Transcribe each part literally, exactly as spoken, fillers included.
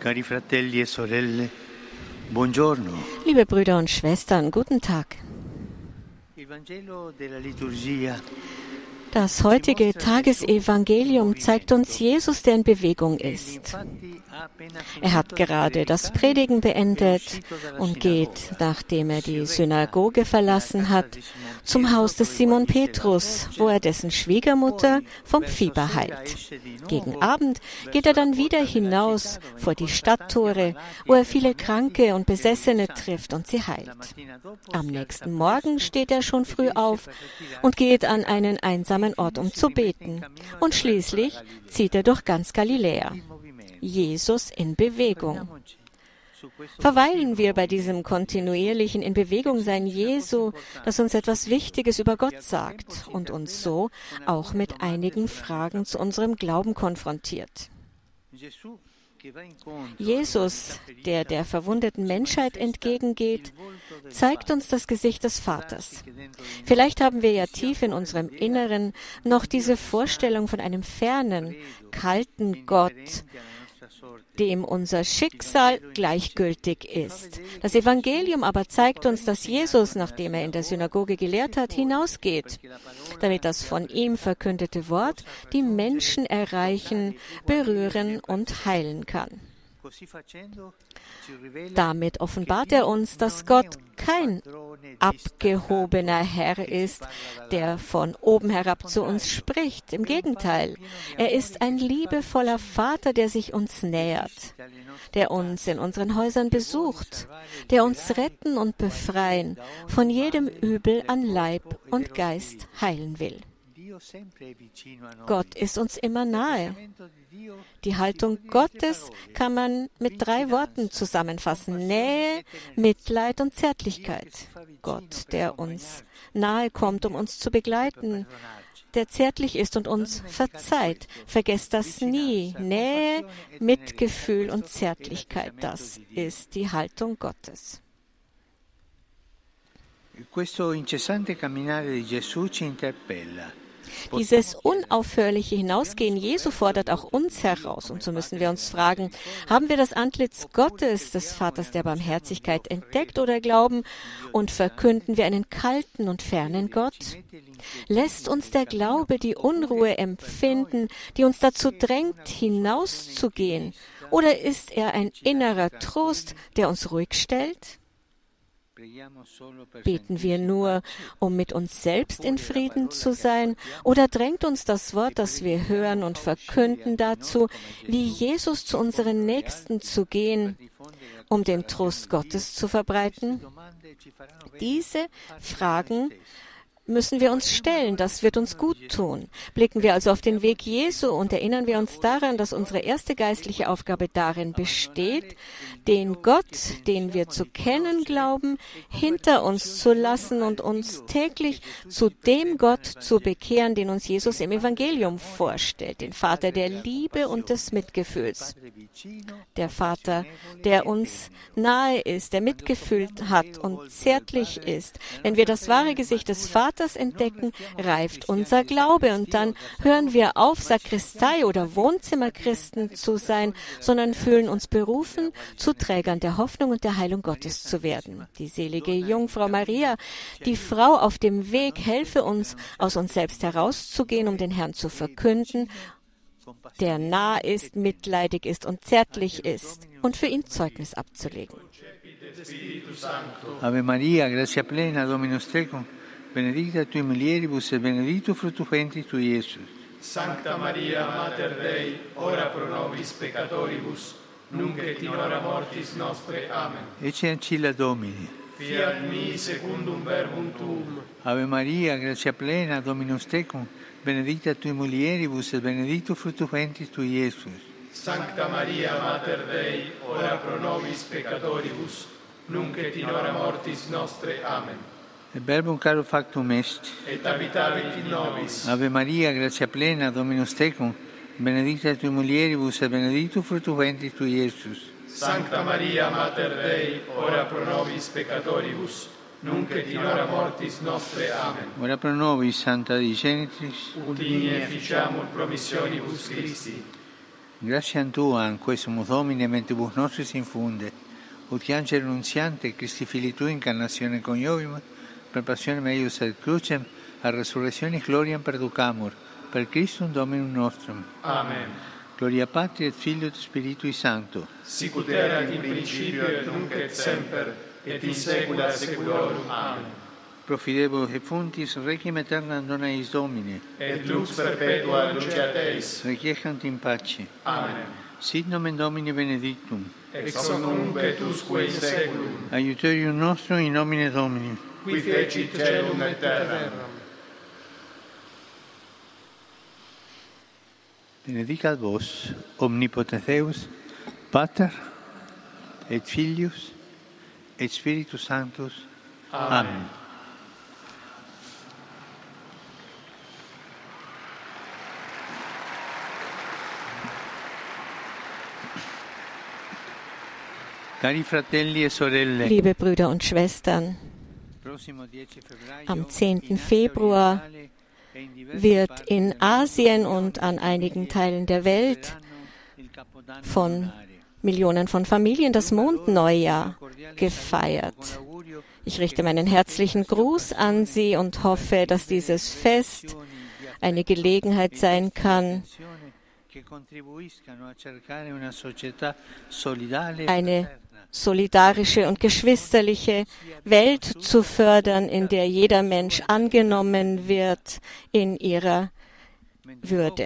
Cari fratelli e sorelle, buongiorno. Liebe Brüder und Schwestern, guten Tag. Il Vangelo della liturgia. Das heutige Tagesevangelium zeigt uns Jesus, der in Bewegung ist. Er hat gerade das Predigen beendet und geht, nachdem er die Synagoge verlassen hat, zum Haus des Simon Petrus, wo er dessen Schwiegermutter vom Fieber heilt. Gegen Abend geht er dann wieder hinaus vor die Stadttore, wo er viele Kranke und Besessene trifft und sie heilt. Am nächsten Morgen steht er schon früh auf und geht an einen einsamen Ort, um zu beten. Und schließlich zieht er durch ganz Galiläa. Jesus in Bewegung. Verweilen wir bei diesem kontinuierlichen In-Bewegung-Sein Jesu, das uns etwas Wichtiges über Gott sagt und uns so auch mit einigen Fragen zu unserem Glauben konfrontiert. Jesus, der der verwundeten Menschheit entgegengeht, zeigt uns das Gesicht des Vaters. Vielleicht haben wir ja tief in unserem Inneren noch diese Vorstellung von einem fernen, kalten Gott, dem unser Schicksal gleichgültig ist. Das Evangelium aber zeigt uns, dass Jesus, nachdem er in der Synagoge gelehrt hat, hinausgeht, damit das von ihm verkündete Wort die Menschen erreichen, berühren und heilen kann. Damit offenbart er uns, dass Gott kein abgehobener Herr ist, der von oben herab zu uns spricht. Im Gegenteil, er ist ein liebevoller Vater, der sich uns nähert, der uns in unseren Häusern besucht, der uns retten und befreien, von jedem Übel an Leib und Geist heilen will. Gott ist uns immer nahe. Die Haltung Gottes kann man mit drei Worten zusammenfassen: Nähe, Mitleid und Zärtlichkeit. Gott, der uns nahe kommt, um uns zu begleiten, der zärtlich ist und uns verzeiht. Vergesst das nie. Nähe, Mitgefühl und Zärtlichkeit, das ist die Haltung Gottes. Questo incessante camminare di Gesù ci interpella. Dieses unaufhörliche Hinausgehen Jesu fordert auch uns heraus. Und so müssen wir uns fragen, haben wir das Antlitz Gottes, des Vaters der Barmherzigkeit, entdeckt oder glauben und verkünden wir einen kalten und fernen Gott? Lässt uns der Glaube die Unruhe empfinden, die uns dazu drängt, hinauszugehen? Oder ist er ein innerer Trost, der uns ruhig stellt? Beten wir nur, um mit uns selbst in Frieden zu sein, oder drängt uns das Wort, das wir hören und verkünden, dazu, wie Jesus zu unseren Nächsten zu gehen, um den Trost Gottes zu verbreiten? Diese Fragen müssen wir uns stellen, das wird uns gut tun. Blicken wir also auf den Weg Jesu und erinnern wir uns daran, dass unsere erste geistliche Aufgabe darin besteht, den Gott, den wir zu kennen glauben, hinter uns zu lassen und uns täglich zu dem Gott zu bekehren, den uns Jesus im Evangelium vorstellt, den Vater der Liebe und des Mitgefühls. Der Vater, der uns nahe ist, der Mitgefühl hat und zärtlich ist. Wenn wir das wahre Gesicht des Vaters entdecken, reift unser Glaube und dann hören wir auf, Sakristei- oder Wohnzimmerchristen zu sein, sondern fühlen uns berufen, zu Trägern der Hoffnung und der Heilung Gottes zu werden. Die selige Jungfrau Maria, die Frau auf dem Weg, helfe uns, aus uns selbst herauszugehen, um den Herrn zu verkünden, der nah ist, mitleidig ist und zärtlich ist, und für ihn Zeugnis abzulegen. Ave Maria, gratia plena, Dominus tecum, benedicta tui mulieribus et benedictus fructus ventris tui, Iesus. Sancta Maria, Mater Dei, ora pro nobis peccatoribus, nunc et in hora mortis nostre. Amen. Ecce ancilla Domini. Fiat mi secundum verbum tuum. Ave Maria, gratia plena, Dominus tecum, benedicta tui mulieribus et benedictus fructus ventris tui, Iesus. Sancta Maria, Mater Dei, ora pro nobis peccatoribus, nunc et in hora mortis nostre. Amen. Et verbum caro factum est. Et habitavit in nobis. Ave Maria, gratia plena, Dominus tecum, benedicta tui mulieribus et benedictus fructus ventris tui, Iesus. Sancta Maria, Mater Dei, ora pro nobis peccatoribus, nunc et in hora mortis nostre. Amen. Ora pro nobis, Santa Dei Genitrix, ut in efficiamur promissionibus Christi. Grazie tua, in questo Domine, mentibus nostris infunde, ut angelo nunziante, Christi Fili tui, incarnazione coniovimus, per passione meius et crucem, a resurrezione gloriam perducamur, per Christum Dominum nostrum. Amen. Gloria Patri et Filio et Spiritui Sancto. Sicut erat in principio et nunc et semper, et in saecula saeculorum. Amen. Profidebo et fontis, requiem aeternam dona eis Domine. Et lux perpetua luceat eis. Requiescant in pace. Amen. Sit nomen Domini benedictum. Ex hoc nunc et usque in saeculum. Aiuterium nostrum in nomine Domini. Qui fecit caelum et terram. Benedicat vos, omnipotens Deus, Pater, et Filius, et Spiritus Sanctus. Amen. Amen. Cari fratelli e sorelle, Liebe Brüder und Schwestern, am zehnten Februar wird in Asien und an einigen Teilen der Welt von Millionen von Familien das Mondneujahr gefeiert. Ich richte meinen herzlichen Gruß an Sie und hoffe, dass dieses Fest eine Gelegenheit sein kann, eine solidarische und geschwisterliche Welt zu fördern, in der jeder Mensch angenommen wird in ihrer Würde.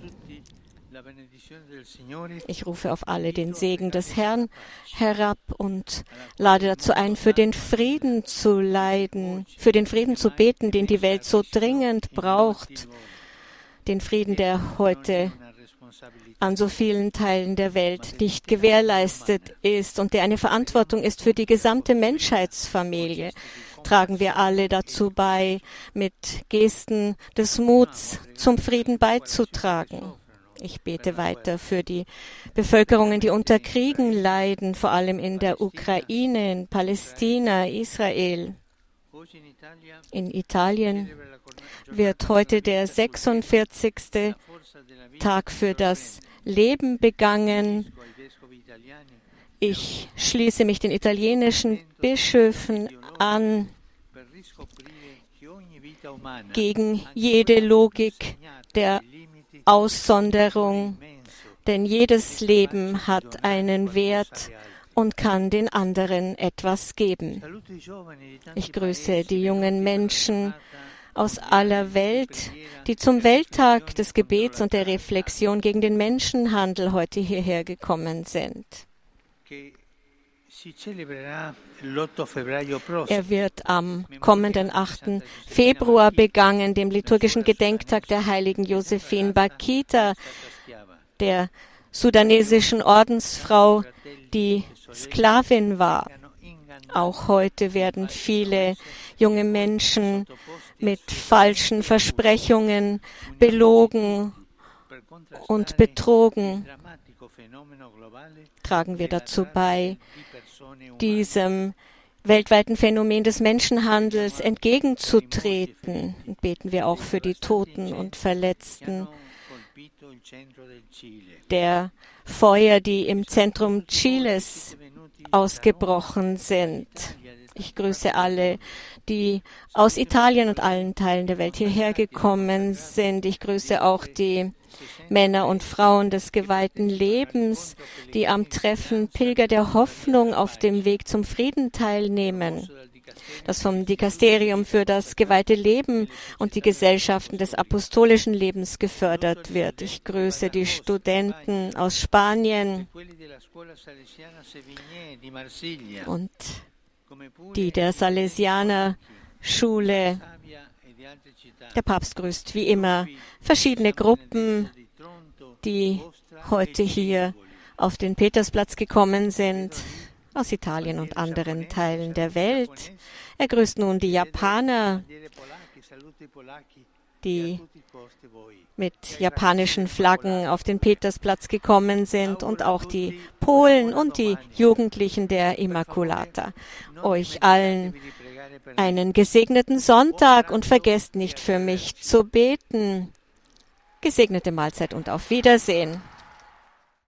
Ich rufe auf alle den Segen des Herrn herab und lade dazu ein, für den Frieden zu leiden, für den Frieden zu beten, den die Welt so dringend braucht, den Frieden, der heute an so vielen Teilen der Welt nicht gewährleistet ist und der eine Verantwortung ist für die gesamte Menschheitsfamilie. Tragen wir alle dazu bei, mit Gesten des Muts zum Frieden beizutragen. Ich bete weiter für die Bevölkerungen, die unter Kriegen leiden, vor allem in der Ukraine, in Palästina, Israel. In Italien wird heute der sechsundvierzigste Tag für das Leben begangen. Ich schließe mich den italienischen Bischöfen an gegen jede Logik der Aussonderung, denn jedes Leben hat einen Wert und kann den anderen etwas geben. Ich grüße die jungen Menschen aus aller Welt, die zum Welttag des Gebets und der Reflexion gegen den Menschenhandel heute hierher gekommen sind. Er wird am kommenden achten Februar begangen, dem liturgischen Gedenktag der heiligen Josephine Bakita, der sudanesischen Ordensfrau, die Sklavin war. Auch heute werden viele junge Menschen mit falschen Versprechungen belogen und betrogen. Tragen wir dazu bei, diesem weltweiten Phänomen des Menschenhandels entgegenzutreten. Und beten wir auch für die Toten und Verletzten der Feuer, die im Zentrum Chiles ausgebrochen sind. Ich grüße alle, die aus Italien und allen Teilen der Welt hierher gekommen sind. Ich grüße auch die Männer und Frauen des geweihten Lebens, die am Treffen Pilger der Hoffnung auf dem Weg zum Frieden teilnehmen, das vom Dikasterium für das geweihte Leben und die Gesellschaften des apostolischen Lebens gefördert wird. Ich grüße die Studenten aus Spanien und die der Salesianer-Schule. Der Papst grüßt wie immer verschiedene Gruppen, die heute hier auf den Petersplatz gekommen sind, aus Italien und anderen Teilen der Welt. Er grüßt nun die Japaner, die mit japanischen Flaggen auf den Petersplatz gekommen sind, und auch die Polen und die Jugendlichen der Immaculata. Euch allen einen gesegneten Sonntag und vergesst nicht, für mich zu beten. Gesegnete Mahlzeit und auf Wiedersehen.